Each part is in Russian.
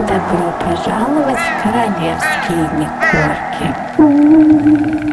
Добро пожаловать в королевские микорки.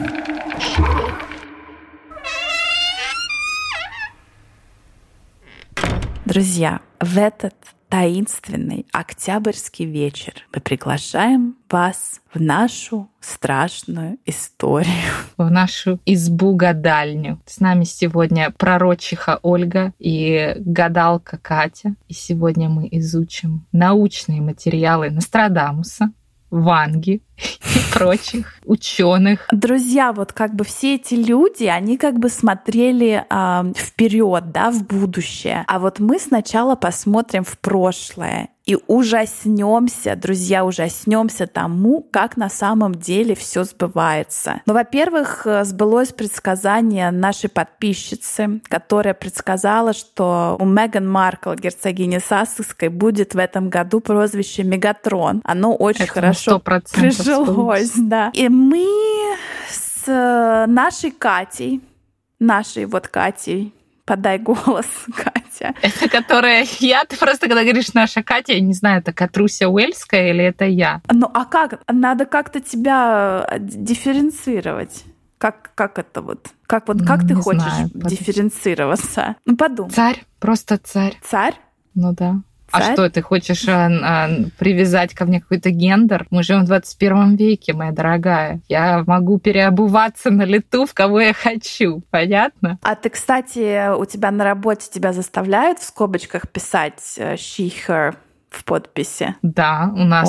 Друзья, в этот таинственный октябрьский вечер мы приглашаем вас в нашу страшную историю. В нашу избу-гадальню. С нами сегодня пророчиха Ольга и гадалка Катя. И сегодня мы изучим научные материалы Нострадамуса, Ванги и прочих ученых. Друзья, вот как бы все эти люди, они как бы смотрели вперед, да, в будущее. А вот мы сначала посмотрим в прошлое и ужаснемся, друзья, ужаснемся тому, как на самом деле все сбывается. Ну, во-первых, сбылось предсказание нашей подписчицы, которая предсказала, что у Меган Маркл, герцогини Сассекской, будет в этом году прозвище Мегатрон. Оно очень хорошо прижилось, да. И мы с нашей Катей, подай голос, Катя. Это которая я? Ты просто, когда говоришь «наша Катя», я не знаю, это Катруся Уэльская или это я? Ну, а как? Надо как-то тебя дифференцировать. Как это вот? Как ты хочешь дифференцироваться? Ну, подумай. Царь, просто царь. Царь? Ну да. Царь? А что, ты хочешь привязать ко мне какой-то гендер? Мы живем в 21 веке, моя дорогая. Я могу переобуваться на лету, в кого я хочу. Понятно? А ты, кстати, у тебя на работе тебя заставляют в скобочках писать she, her в подписи? Да, у нас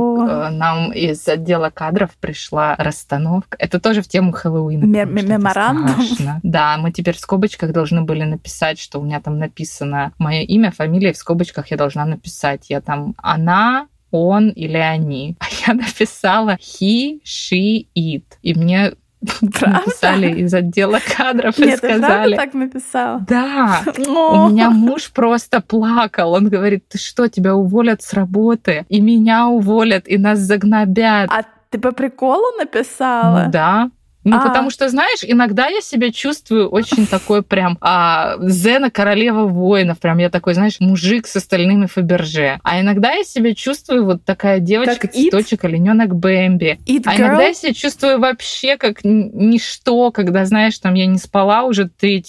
нам из отдела кадров пришла расстановка. Это тоже в тему Хэллоуина. Меморандум? Да, мы теперь в скобочках должны были написать, что у меня там написано мое имя, фамилия, в скобочках я должна написать. Я там она, он или они. А я написала he, she, it. И мне написали из отдела кадров и сказали... Нет, ты правда так написала? Да. У меня муж просто плакал. Он говорит, ты что, тебя уволят с работы? И меня уволят, и нас загнобят. А ты по приколу написала? Ну, да. Потому что, знаешь, иногда я себя чувствую очень такой прям Зена, королева воинов. Прям я такой, знаешь, мужик с остальными Фаберже. А иногда я себя чувствую вот такая девочка-цветочек, оленёнок Бэмби. Иногда я себя чувствую вообще как ничто, когда, знаешь, там я не спала уже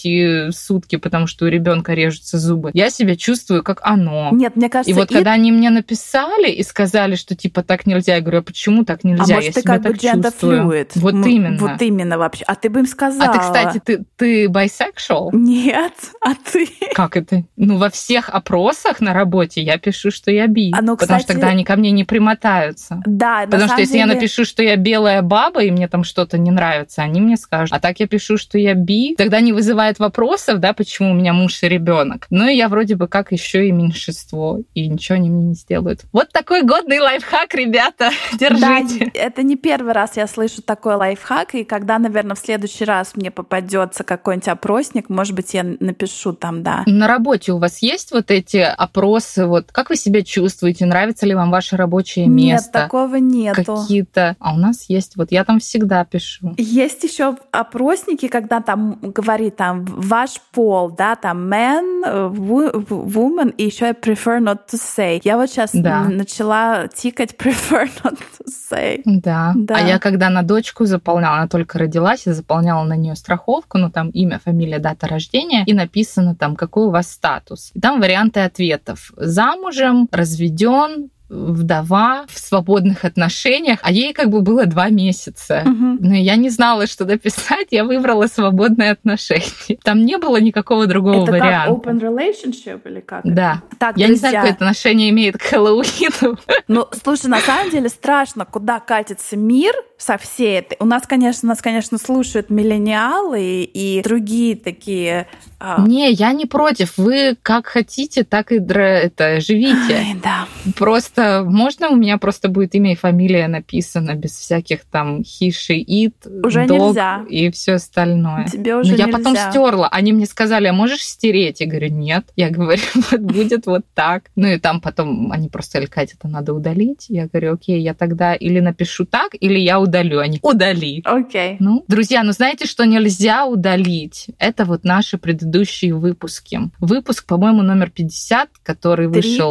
3 сутки, потому что у ребенка режутся зубы. Я себя чувствую как оно. Нет, мне кажется, и вот когда они мне написали и сказали, что типа так нельзя, я говорю, а почему так нельзя? Может, я себя так чувствую. Вот именно. Именно вообще. А ты бы им сказала. А ты, кстати, ты bisexual? Нет. А ты? Как это? Ну, во всех опросах на работе я пишу, что я би. Потому что тогда они ко мне не примотаются. Да, потому что если я напишу, что я белая баба, и мне там что-то не нравится, они мне скажут. А так я пишу, что я би, тогда не вызывает вопросов, да, почему у меня муж и ребенок. Ну, и я вроде бы как еще и меньшинство, и ничего они мне не сделают. Вот такой годный лайфхак, ребята. Держите. Да, это не первый раз я слышу такой лайфхак, и когда, наверное, в следующий раз мне попадется какой-нибудь опросник, может быть, я напишу там, да. На работе у вас есть вот эти опросы, вот как вы себя чувствуете, нравится ли вам ваше рабочее место? Нет, такого нету. Какие-то. А у нас есть, вот я там всегда пишу. Есть еще опросники, когда там говорит там ваш пол, да, там man, woman, и еще prefer not to say. Я вот сейчас начала тикать prefer not to say. Да. А я когда на дочку заполняла, она только родилась, я заполняла на нее страховку, ну там имя, фамилия, дата рождения, и написано там, какой у вас статус. И там варианты ответов. Замужем, разведен, вдова, в свободных отношениях, а ей как бы было 2 месяца. Но я не знала, что написать, я выбрала свободные отношения. Там не было никакого другого варианта. Это как open relationship или как? Да. Так, я не знаю, какое отношение имеет к Хэллоуину. Ну, слушай, на самом деле страшно, куда катится мир со всей этой. Нас, конечно, слушают миллениалы и другие такие... Не, я не против. Вы как хотите, так и живите. Ай, да. Просто можно у меня просто будет имя и фамилия написано без всяких там he, she, it, уже dog нельзя. И все остальное. Тебе уже нельзя. Я потом стерла. Они мне сказали, а можешь стереть? Я говорю, нет. Я говорю, вот будет вот так. Ну и там потом они просто говорят, Катя, это надо удалить. Я говорю, окей, я тогда или напишу так, или я удалю. Они удали. Окей. Ну, друзья, знаете, что нельзя удалить? Это вот наши предыдущие выпуски. Выпуск, по-моему, номер 50, который вышел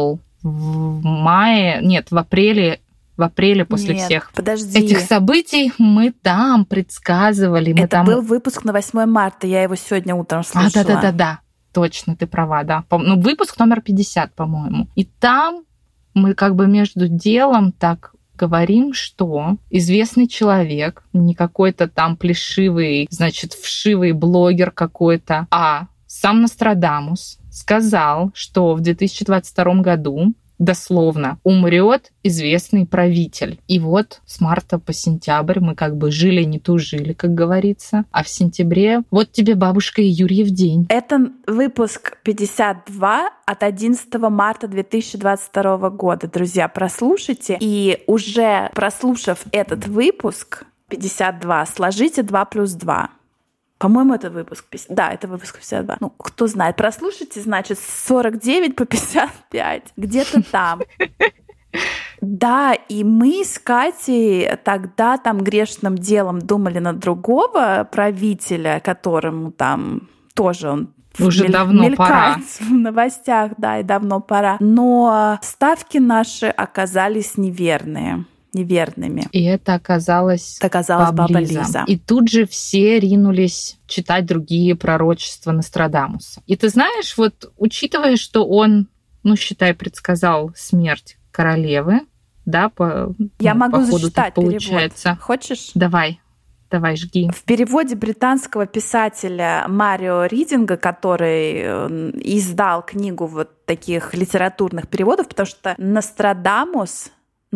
в апреле после всех этих событий мы там предсказывали. Это был выпуск на 8 марта, я его сегодня утром слушала. Да. Точно, ты права, да. Выпуск номер 50, по-моему. И там мы как бы между делом так говорим, что известный человек, не какой-то там плешивый, значит, вшивый блогер какой-то, а сам Нострадамус сказал, что в 2022 году дословно умрет известный правитель. И вот с марта по сентябрь мы как бы жили, не тужили, как говорится. А в сентябре вот тебе бабушка и Юрьев день. Это выпуск 52 от 11 марта 2022 года. Друзья, прослушайте. И уже прослушав этот выпуск 52, сложите 2 плюс 2. По-моему, это выпуск 50. Да, это выпуск 52. Ну, кто знает. Прослушайте, значит, 49 по 55. Где-то там. Да, и мы с Катей тогда там грешным делом думали на другого правителя, которому там тоже он уже давно пора. В новостях, да, и давно пора. Но ставки наши оказались неверными. И это оказалось Баба Лиза. И тут же все ринулись читать другие пророчества Нострадамуса. И ты знаешь, вот учитывая, что он, считай, предсказал смерть королевы, да, я могу по ходу зачитать получается. Перевод. Хочешь? Давай, жги. В переводе британского писателя Марио Ридинга, который издал книгу вот таких литературных переводов, потому что Нострадамус.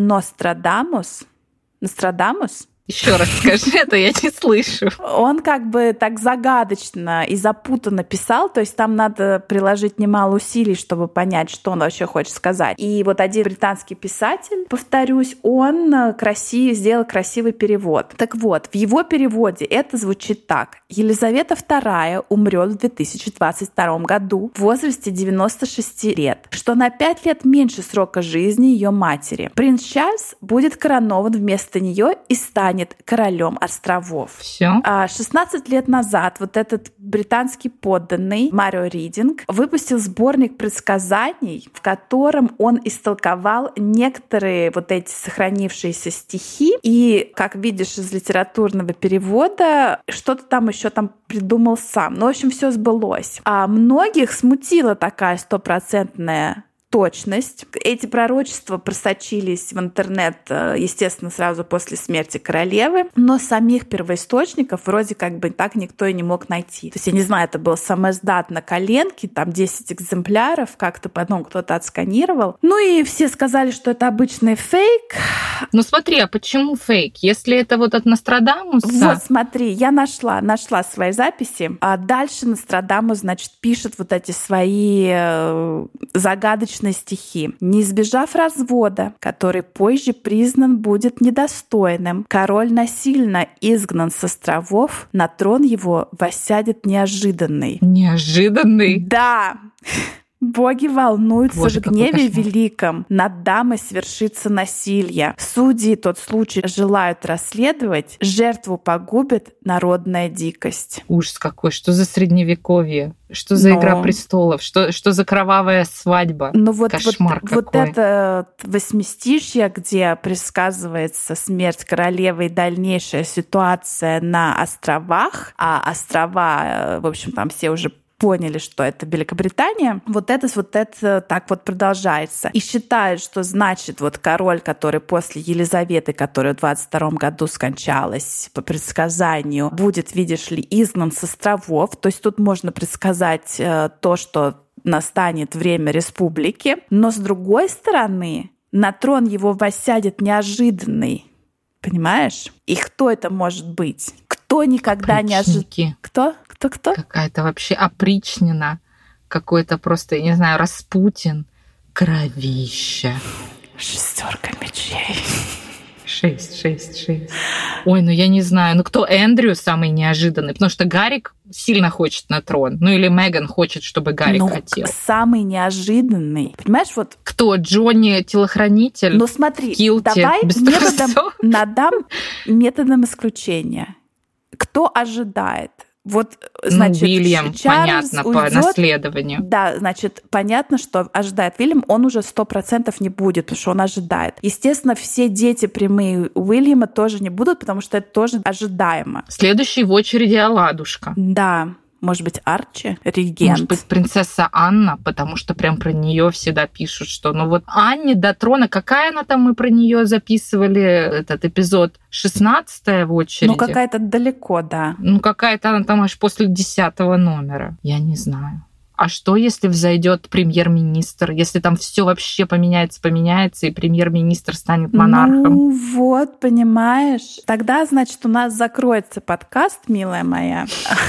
Еще раз скажи, это я не слышу. Он как бы так загадочно и запутанно писал, то есть там надо приложить немало усилий, чтобы понять, что он вообще хочет сказать. И вот один британский писатель, повторюсь, он сделал красивый перевод. Так вот, в его переводе это звучит так. Елизавета II умрет в 2022 году в возрасте 96 лет, что на 5 лет меньше срока жизни ее матери. Принц Чарльз будет коронован вместо нее и станет королем островов. Все. 16 лет назад вот этот британский подданный Марио Ридинг выпустил сборник предсказаний, в котором он истолковал некоторые вот эти сохранившиеся стихи. И, как видишь из литературного перевода, что-то там еще придумал сам. Ну, в общем, все сбылось. А многих смутила такая 100% точность. Эти пророчества просочились в интернет, естественно, сразу после смерти королевы, но самих первоисточников вроде как бы так никто и не мог найти. То есть, я не знаю, это был самоиздат на коленке, там 10 экземпляров, как-то потом кто-то отсканировал. Ну и все сказали, что это обычный фейк. Ну смотри, а почему фейк? Если это вот от Нострадамуса... Вот смотри, я нашла свои записи, а дальше Нострадамус, значит, пишет вот эти свои загадочные стихи. «Не избежав развода, который позже признан будет недостойным, король насильно изгнан с островов, на трон его воссядет неожиданный». Неожиданный? Да! Боги волнуются в гневе великом, над дамой свершится насилие. Судьи тот случай желают расследовать, жертву погубит народная дикость. Ужас какой, что за средневековье? Что за «Игра престолов»? Что за кровавая свадьба? Ну Кошмар какой. Вот это восьмистишье, где предсказывается смерть королевы и дальнейшая ситуация на островах, а острова, в общем, там все уже поняли, что это Великобритания, вот это так вот продолжается. И считают, что значит вот король, который после Елизаветы, которая в 22 году скончалась, по предсказанию, будет, видишь ли, изгнан с островов. То есть тут можно предсказать то, что настанет время республики. Но с другой стороны, на трон его воссядет неожиданный. Понимаешь? И кто это может быть? Кто никогда не ожидал? Кто? Какая-то вообще опричнина. Какой-то просто, я не знаю, Распутин. Кровища. 6 мечей. 6. Ой, ну я не знаю. Ну кто Эндрю самый неожиданный? Потому что Гарик сильно хочет на трон. Ну или Меган хочет, чтобы Гарик хотел. Самый неожиданный. Понимаешь, вот... Кто? Джонни телохранитель? Ну смотри, Килти, давай надам методом исключения. Кто ожидает? Вот, значит, Уильям, Чарльз понятно, уйдет, по наследованию. Да, значит, понятно, что ожидает Уильям, он уже 100% не будет, потому что он ожидает. Естественно, все дети прямые Уильяма тоже не будут, потому что это тоже ожидаемо. Следующий в очереди Оладушка. Да. Может быть, Арчи, регент. Может быть, принцесса Анна, потому что прям про нее всегда пишут, что ну вот Анне до трона, какая она там, мы про нее записывали этот эпизод, 16-я в очереди? Ну, какая-то далеко, да. Ну, какая-то она там аж после 10-го номера. Я не знаю. А что, если взойдет премьер-министр? Если там все вообще поменяется, и премьер-министр станет монархом? Ну вот, понимаешь. Тогда, значит, у нас закроется подкаст, милая моя.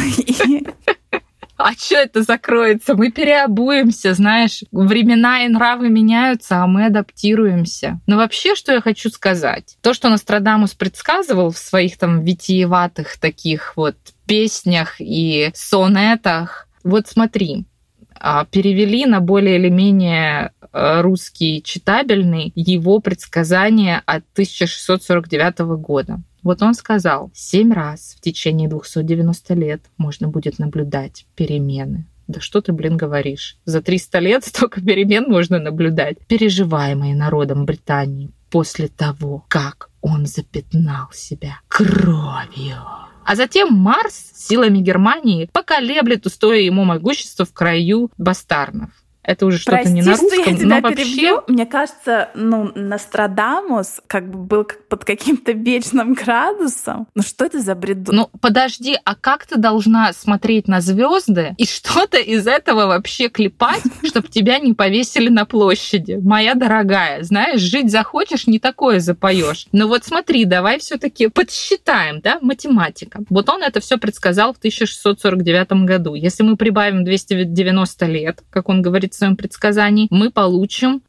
А что это закроется? Мы переобуемся, знаешь. Времена и нравы меняются, а мы адаптируемся. Но вообще, что я хочу сказать? То, что Нострадамус предсказывал в своих там витиеватых таких вот песнях и сонетах, вот смотри, перевели на более или менее русский читабельный его предсказание от 1649 года. Вот он сказал, 7 раз в течение 290 лет можно будет наблюдать перемены. Да что ты, говоришь? За 300 лет столько перемен можно наблюдать, переживаемые народом Британии после того, как он запятнал себя кровью. А затем Марс силами Германии поколеблет устое ему могущество в краю бастарнов. Это уже что-то не на русском, что я тебя но вообще... перебью. Мне кажется, Нострадамус как бы был под каким-то вечным градусом. Ну что это за бред? Ну подожди, а как ты должна смотреть на звезды и что-то из этого вообще клепать, чтобы тебя не повесили на площади? Моя дорогая, знаешь, жить захочешь, не такое запоешь. Но вот смотри, давай все-таки подсчитаем, да, математика. Вот он это все предсказал в 1649 году. Если мы прибавим 290 лет, как он говорит в своем предсказании, мы получим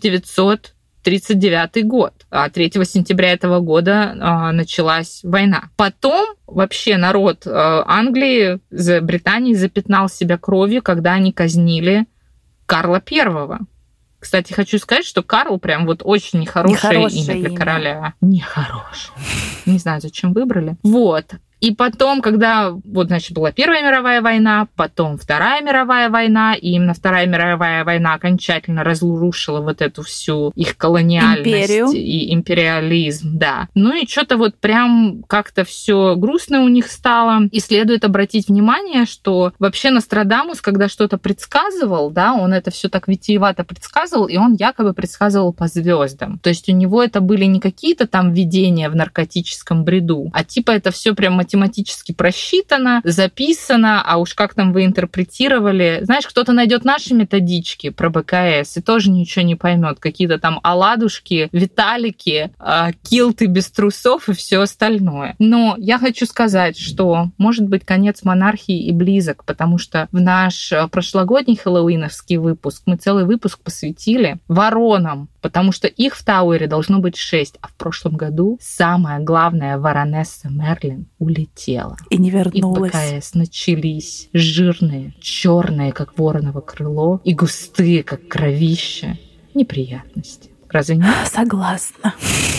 1939 год. А 3 сентября этого года началась война. Потом вообще народ Англии, Британии запятнал себя кровью, когда они казнили Карла I. Кстати, хочу сказать, что Карл прям вот очень нехорошее имя для короля. Нехорошее. Не знаю, зачем выбрали. Вот. И потом, когда вот, значит, была Первая мировая война, потом Вторая мировая война, и именно Вторая мировая война окончательно разрушила вот эту всю их колониальность и империализм, да. Ну и что-то вот прям как-то все грустно у них стало. И следует обратить внимание, что вообще Нострадамус, когда что-то предсказывал, да, он это все так витиевато предсказывал, и он якобы предсказывал по звездам. То есть у него это были не какие-то там видения в наркотическом бреду, а типа это все прям математически просчитано, записано, а уж как там вы интерпретировали. Знаешь, кто-то найдет наши методички про БКС и тоже ничего не поймет. Какие-то там оладушки, виталики, килты без трусов и все остальное. Но я хочу сказать, что может быть конец монархии и близок, потому что в наш прошлогодний хэллоуиновский выпуск мы целый выпуск посвятили воронам, потому что их в Тауэре должно быть 6, а в прошлом году самая главная воронесса Мерлин улетела. И не вернулась. И в БКС начались жирные, черные, как вороново крыло, и густые, как кровище, неприятности. Разве нет? Согласна.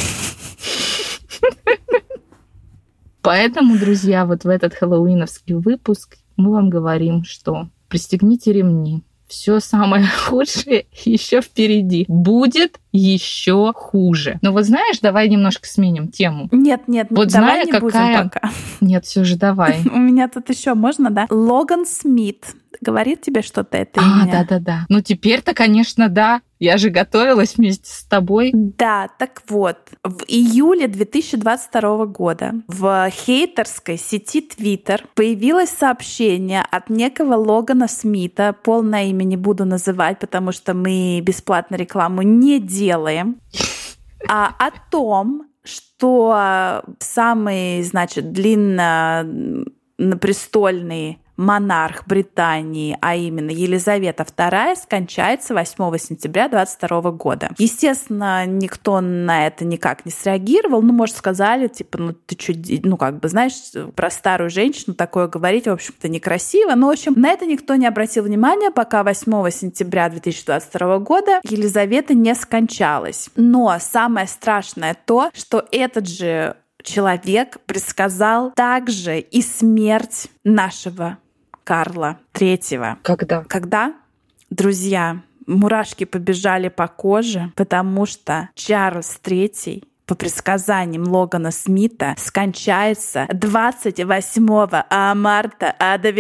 Поэтому, друзья, вот в этот хэллоуиновский выпуск мы вам говорим, что пристегните ремни. Все самое худшее еще впереди. Будет еще хуже. Но вот знаешь, давай немножко сменим тему. Нет, вот давай не какая... будем пока. Нет, все же давай. У меня тут еще можно, да? Логан Смит. Говорит тебе что-то это имя? Да. Ну теперь-то, конечно, да. Я же готовилась вместе с тобой. Да, так вот. В июле 2022 года в хейтерской сети Twitter появилось сообщение от некого Логана Смита, полное имя не буду называть, потому что мы бесплатно рекламу не делаем, о том, что самый, значит, длиннопрестольный монарх Британии, а именно Елизавета II, скончается 8 сентября 2022 года. Естественно, никто на это никак не среагировал. Ну, может, сказали, типа, ну, ты что, ну, как бы, знаешь, про старую женщину такое говорить, в общем-то, некрасиво. Но, в общем, на это никто не обратил внимания, пока 8 сентября 2022 года Елизавета не скончалась. Но самое страшное то, что этот же человек предсказал также и смерть нашего Карла III. Когда? Когда, друзья, мурашки побежали по коже, потому что Чарльз III, по предсказаниям Логана Смита, скончается 28 марта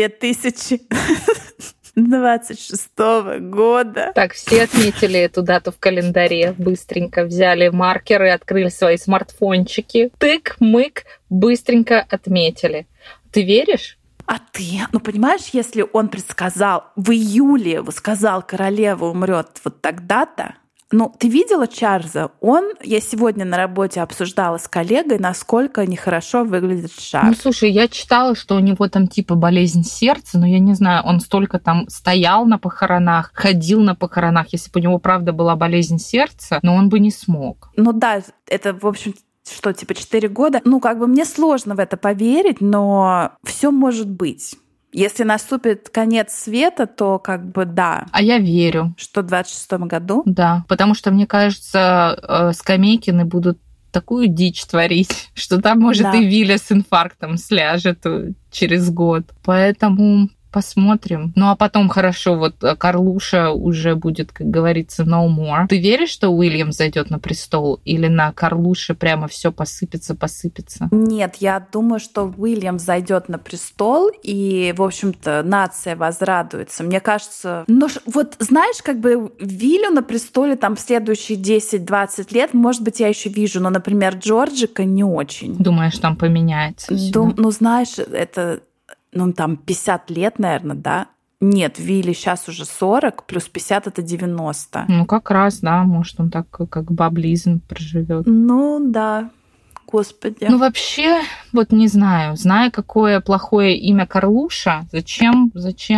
2026 года. Так, все отметили эту дату в календаре, быстренько взяли маркеры, открыли свои смартфончики, тык-мык, быстренько отметили. Ты веришь? А ты, понимаешь, если он предсказал в июле, сказал, королева умрет вот тогда-то, ты видела Чарльза? Я сегодня на работе обсуждала с коллегой, насколько нехорошо выглядит Шарль. Слушай, я читала, что у него там типа болезнь сердца, но я не знаю, он столько там стоял на похоронах, ходил на похоронах. Если бы у него правда была болезнь сердца, но он бы не смог. Да, это, в общем, 4 года. Мне сложно в это поверить, но все может быть. Если наступит конец света, то да. А я верю. Что в 26-м году? Да, потому что, мне кажется, Скамейкины будут такую дичь творить, что там, может, и Виля с инфарктом сляжет через год. Поэтому посмотрим. А потом, хорошо, Карлуша уже будет, как говорится, no more. Ты веришь, что Уильям зайдет на престол? Или на Карлуше прямо все посыпется? Нет, я думаю, что Уильям зайдет на престол, и, в общем-то, нация возрадуется. Мне кажется, знаешь, Вилю на престоле там в следующие 10-20 лет, может быть, я еще вижу, но, например, Джорджика не очень. Думаешь, там поменяется? Знаешь, это... там 50 лет, наверное, да? Нет, Вилли сейчас уже 40, плюс 50 — это 90. Как раз, да, может, он так, как баблизм проживет. Да, господи. Вообще, не знаю, зная, какое плохое имя Карлуша, зачем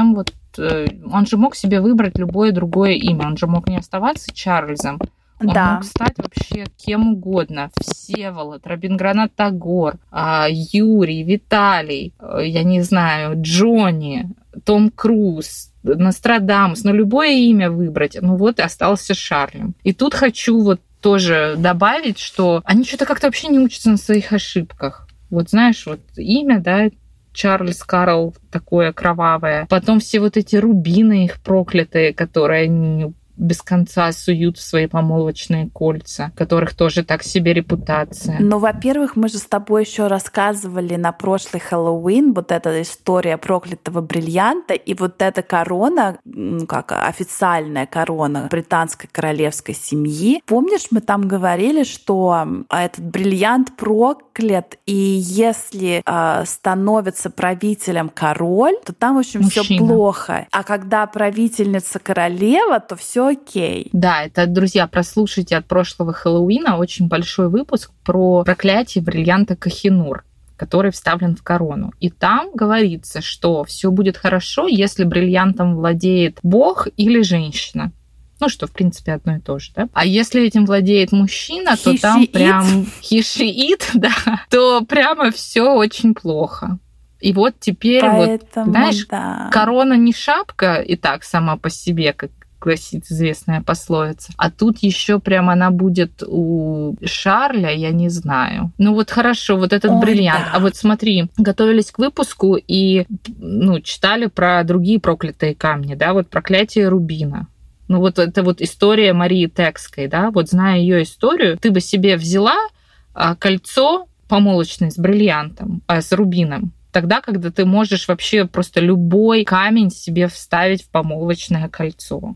он же мог себе выбрать любое другое имя, он же мог не оставаться Чарльзом. Он мог стать вообще кем угодно. Всеволод, Рабингранат Тагор, Юрий, Виталий, я не знаю, Джонни, Том Круз, Нострадамус. Любое имя выбрать. Остался Шарлем. И тут хочу тоже добавить, что они что-то как-то вообще не учатся на своих ошибках. Знаешь, имя, да, Чарльз Карл такое кровавое. Потом все эти рубины их проклятые, которые они без конца суют в свои помолвочные кольца, которых тоже так себе репутация. Во-первых, мы же с тобой еще рассказывали на прошлый Хэллоуин эта история проклятого бриллианта и эта корона, официальная корона британской королевской семьи. Помнишь, мы там говорили, что этот бриллиант проклят, и если становится правителем король, то там, в общем, все плохо. А когда правительница королева, то все окей. Да, это, друзья, прослушайте от прошлого Хэллоуина очень большой выпуск про проклятие бриллианта Кохинур, который вставлен в корону. И там говорится, что все будет хорошо, если бриллиантом владеет бог или женщина. Что, в принципе, одно и то же, да? А если этим владеет мужчина, то там прям хишиит, да, то прямо все очень плохо. И теперь, знаешь, корона не шапка и так сама по себе, как гласит известная пословица. А тут еще прям она будет у Шарля, я не знаю. Хорошо, этот бриллиант. Да. А смотри, готовились к выпуску и читали про другие проклятые камни, да, проклятие рубина. Это история Марии Текской, да, зная ее историю, ты бы себе взяла кольцо помолвочное с бриллиантом, с рубином, тогда, когда ты можешь вообще просто любой камень себе вставить в помолвочное кольцо.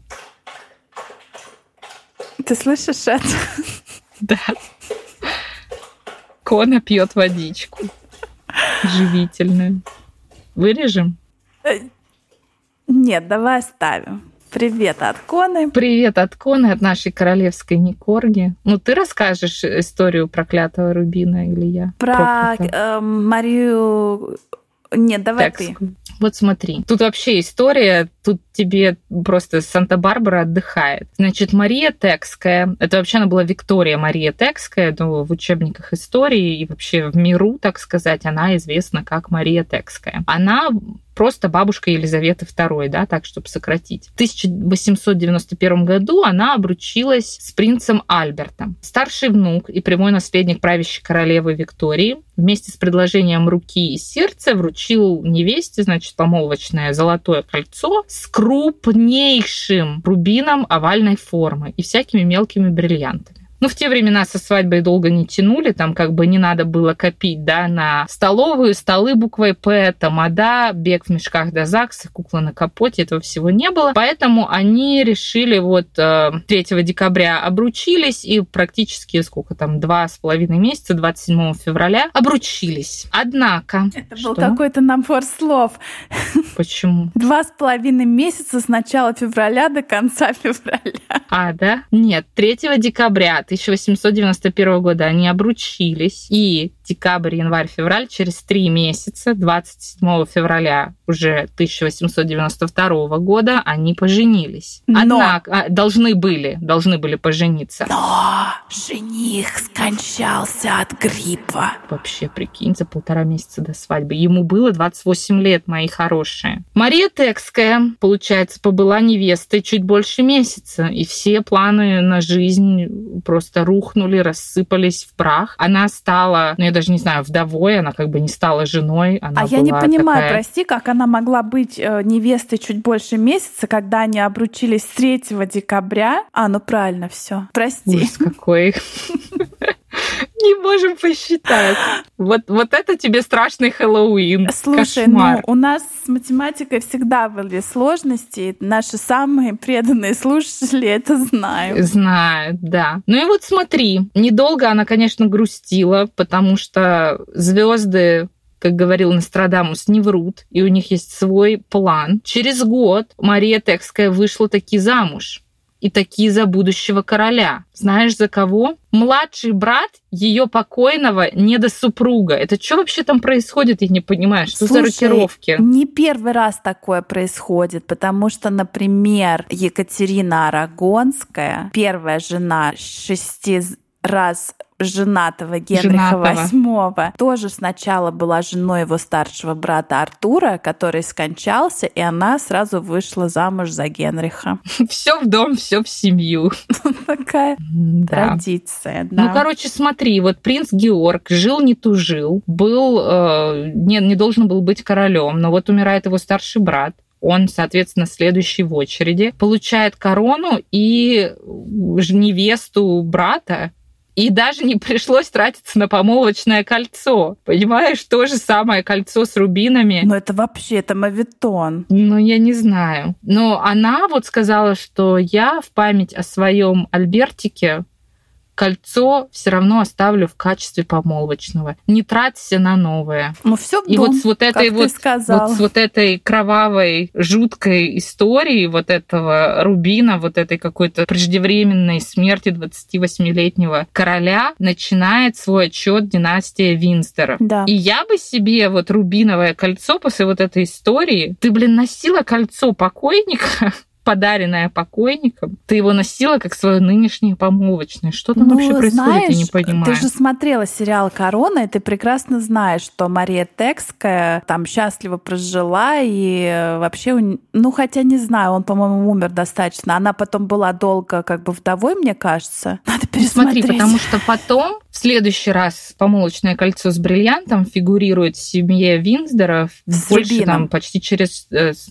Ты слышишь это? Да. Кона пьет водичку. Живительную. Вырежем? Нет, давай оставим. Привет от Коны. Привет от Коны, от нашей королевской Никорги. Ты расскажешь историю проклятого рубина или я? Про Марию... Нет, давай Текскую. Ты. Смотри, тут вообще история, тут тебе просто Санта-Барбара отдыхает. Значит, Мария Текская, это вообще она была Виктория Мария Текская, но в учебниках истории и вообще в миру, так сказать, она известна как Мария Текская. Она просто бабушка Елизаветы II, да, так, чтобы сократить. В 1891 году она обручилась с принцем Альбертом. Старший внук и прямой наследник правящей королевы Виктории вместе с предложением руки и сердца вручил невесте, значит, помолвочное золотое кольцо с крупнейшим рубином овальной формы и всякими мелкими бриллиантами. Ну, в те времена со свадьбой долго не тянули, там как бы не надо было копить, да, на столовую, столы буквой «П», тамада, бег в мешках до ЗАГСа, кукла на капоте, этого всего не было. Поэтому они решили 3 декабря обручились и практически, 2,5 месяца, 27 февраля обручились. Однако... Это был какой-то набор слов. Почему? 2,5 месяца с начала февраля до конца февраля. Да? Нет, 3 декабря 1891 года они обручились, и декабрь, январь, февраль, через 3 месяца, 27 февраля уже 1892 года, они поженились. Однако должны были пожениться. Но жених скончался от гриппа. Вообще, прикинь, за 1,5 месяца до свадьбы. Ему было 28 лет, мои хорошие. Мария Текская, получается, побыла невестой чуть больше месяца, и все планы на жизнь просто рухнули, рассыпались в прах. Она стала, я даже не знаю, вдовой, она как бы не стала женой. Она я не понимаю, прости, как она могла быть невестой чуть больше месяца, когда они обручились 3 декабря. Правильно, все. Прости. Ужас какой. Не можем посчитать. Вот это тебе страшный Хэллоуин. Слушай, кошмар. У нас с математикой всегда были сложности. Наши самые преданные слушатели это знают. Знают, да. Ну и смотри, недолго она, конечно, грустила, потому что звезды, как говорил Нострадамус, не врут, и у них есть свой план. Через год Мария Текская вышла таки замуж. И таки за будущего короля. Знаешь, за кого? Младший брат ее покойного недосупруга. Это что вообще там происходит, я не понимаю. Что за рокировки? Не первый раз такое происходит, потому что, например, Екатерина Арагонская, первая жена 6 раз женатого Генриха VIII, тоже сначала была женой его старшего брата Артура, который скончался, и она сразу вышла замуж за Генриха. Все в дом, все в семью. Такая традиция, да. Ну, короче, смотри, принц Георг жил не тужил, не должен был быть королем, но умирает его старший брат. Он, соответственно, следующий в очереди, получает корону и невесту брата, и даже не пришлось тратиться на помолвочное кольцо. Понимаешь, то же самое кольцо с рубинами. Но это вообще, это моветон. Я не знаю. Но она сказала, что я в память о своем Альбертике кольцо все равно оставлю в качестве помолвочного. Не траться на новое. Все в дом, с этой кровавой, жуткой историей этого рубина, этой какой-то преждевременной смерти 28-летнего короля начинает свой отчет династия Винсдоров. Да. И я бы себе рубиновое кольцо после этой истории... Ты, носила кольцо покойника, подаренное покойником, ты его носила как свое нынешнее помолвочное. Что там вообще происходит, знаешь, я не понимаю. Ты же смотрела сериал «Корона», и ты прекрасно знаешь, что Мария Текская там счастливо прожила, и вообще, хотя не знаю, он, по-моему, умер достаточно. Она потом была долго вдовой, мне кажется. Надо пересмотреть. Смотри, потому что потом в следующий раз помолвочное кольцо с бриллиантом фигурирует в семье Винсдоров больше там почти через...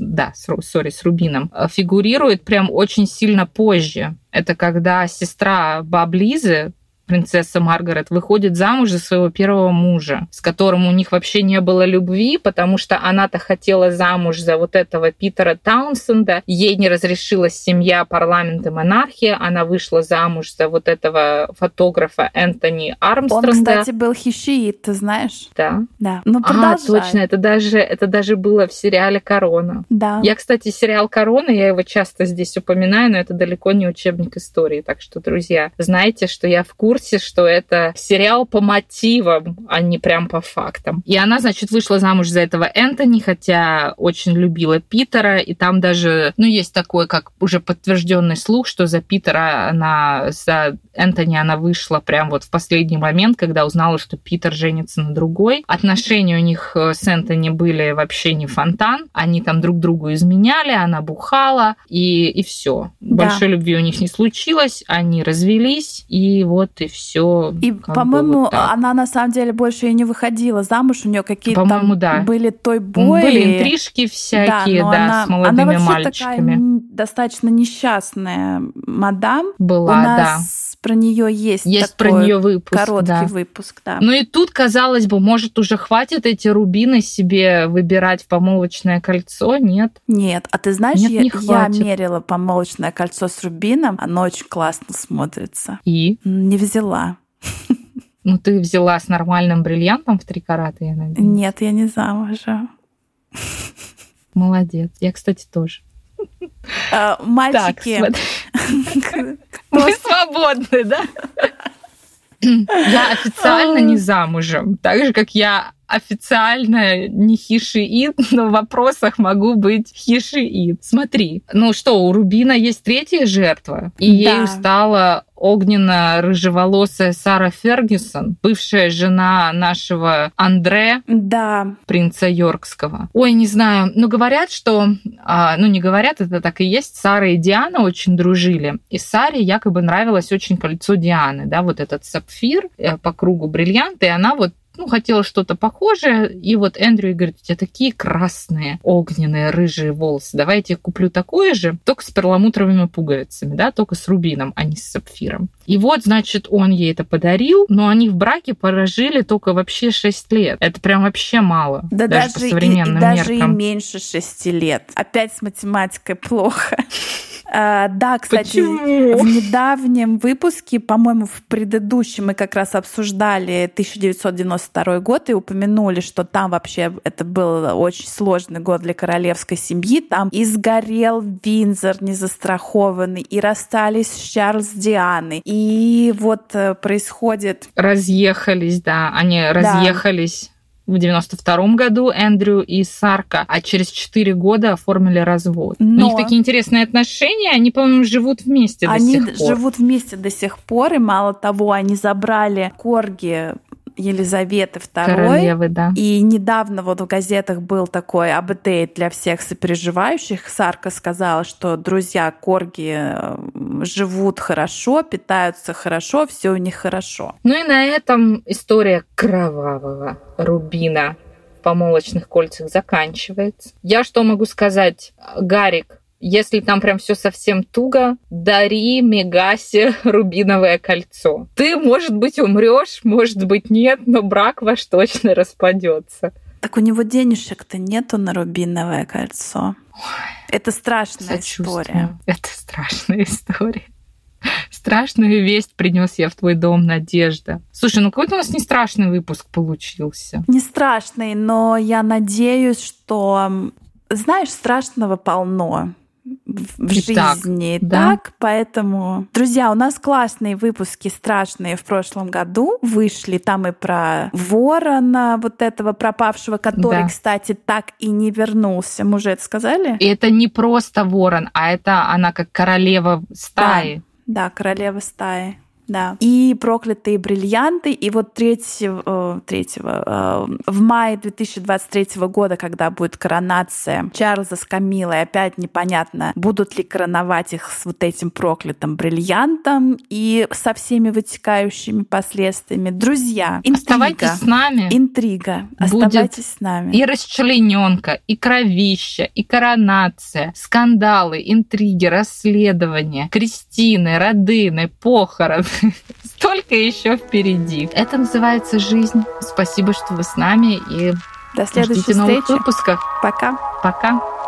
с рубином. Фигурирует прям очень сильно позже. Это когда сестра баб Лизы, принцесса Маргарет, выходит замуж за своего первого мужа, с которым у них вообще не было любви, потому что она-то хотела замуж за этого Питера Таунсенда. Ей не разрешила семья, парламент и монархия. Она вышла замуж за этого фотографа Энтони Армстронга. Он, кстати, был хишиит, ты знаешь? Да. Да. Продолжай. Точно. Это даже было в сериале «Корона». Да. Я, кстати, сериал «Корона», я его часто здесь упоминаю, но это далеко не учебник истории. Так что, друзья, знайте, что я в курсе курсе, что это сериал по мотивам, а не прям по фактам. И она, значит, вышла замуж за этого Энтони, хотя очень любила Питера, и там даже, есть такой, как уже подтвержденный слух, что за Питера за Энтони она вышла прям вот в последний момент, когда узнала, что Питер женится на другой. Отношения у них с Энтони были вообще не фонтан, они там друг другу изменяли, она бухала, и все. Да. Большой любви у них не случилось, они развелись, и вот и все. И, по-моему, вот она на самом деле больше и не выходила замуж, у нее какие-то там были той-бои. Были интрижки всякие, с молодыми мальчиками. Она вообще такая достаточно несчастная мадам. Была, у нас про нее есть такой про нее выпуск, короткий выпуск. Да. Ну и тут, казалось бы, может, уже хватит эти рубины себе выбирать в помолвочное кольцо? Нет. Нет. А ты знаешь, я мерила помолвочное кольцо с рубином, оно очень классно смотрится. И? Не взяла. Ну, ты взяла с нормальным бриллиантом в 3 карата, я надеюсь? Нет, я не замужем. Молодец. Я, кстати, тоже. Мальчики. Мы свободны, да? Я официально не замужем, так же, как я официально не хишиит, но в вопросах могу быть хишиит. Смотри, у Рубина есть 3-я жертва, и ею стала огненно-рыжеволосая Сара Фергюсон, бывшая жена нашего Андре, принца Йоркского. Ой, не знаю, говорят, что... не говорят, это так и есть. Сара и Диана очень дружили, и Саре якобы нравилось очень кольцо Дианы, вот этот сапфир по кругу бриллианты, и она хотела что-то похожее, и вот Эндрю говорит: у тебя такие красные, огненные, рыжие волосы, давай я тебе куплю такое же, только с перламутровыми пуговицами, только с рубином, а не с сапфиром. И вот, значит, он ей это подарил, но они в браке прожили только вообще 6 лет. Это прям вообще мало. Да даже по современным даже меркам. И меньше 6 лет. Опять с математикой плохо. Да, кстати, Почему? В недавнем выпуске, по-моему, в предыдущем мы как раз обсуждали 1992 год и упомянули, что там вообще это был очень сложный год для королевской семьи. Там и сгорел Виндзор незастрахованный, и расстались Чарльз с Дианой. И вот происходит... Разъехались, они разъехались. В 92-м году Эндрю и Сарка, а через 4 года оформили развод. Но... У них такие интересные отношения, они, по-моему, живут вместе до сих пор. Они живут вместе до сих пор, и мало того, они забрали корги Елизаветы II. Королевы, да. И недавно вот в газетах был такой апдейт для всех сопереживающих. Сарка сказала, что друзья корги живут хорошо, питаются хорошо, все у них хорошо. Ну и на этом история кровавого Рубина в помолвочных кольцах заканчивается. Я что могу сказать? Гарик, если там прям все совсем туго, дари Мегасе рубиновое кольцо. Ты, может быть, умрешь, может быть, нет, но брак ваш точно распадется. Так у него денежек-то нету на рубиновое кольцо. Это страшная история. Это страшная история. Страшную весть принес я в твой дом, Надежда. Слушай, какой-то у нас не страшный выпуск получился. Не страшный, но я надеюсь, что, знаешь, страшного полно в жизни. Так, поэтому, друзья, у нас классные выпуски страшные в прошлом году вышли. Там и про ворона, вот этого пропавшего, который, кстати, так и не вернулся. Мы уже это сказали? И это не просто ворон, а это она как королева стаи. Да, королева стаи. Да. И «Проклятые бриллианты». И вот в мае 2023 года, когда будет коронация Чарльза с Камилой, опять непонятно, будут ли короновать их с вот этим проклятым бриллиантом и со всеми вытекающими последствиями. Друзья, интрига. Оставайтесь с нами. Интрига. Оставайтесь с нами. И расчленёнка, и кровища, и коронация, скандалы, интриги, расследования, крестины, родыны, похороны. Столько еще впереди. Это называется жизнь. Спасибо, что вы с нами, и до следующей ждите новых встречи. Выпусков. Пока. Пока.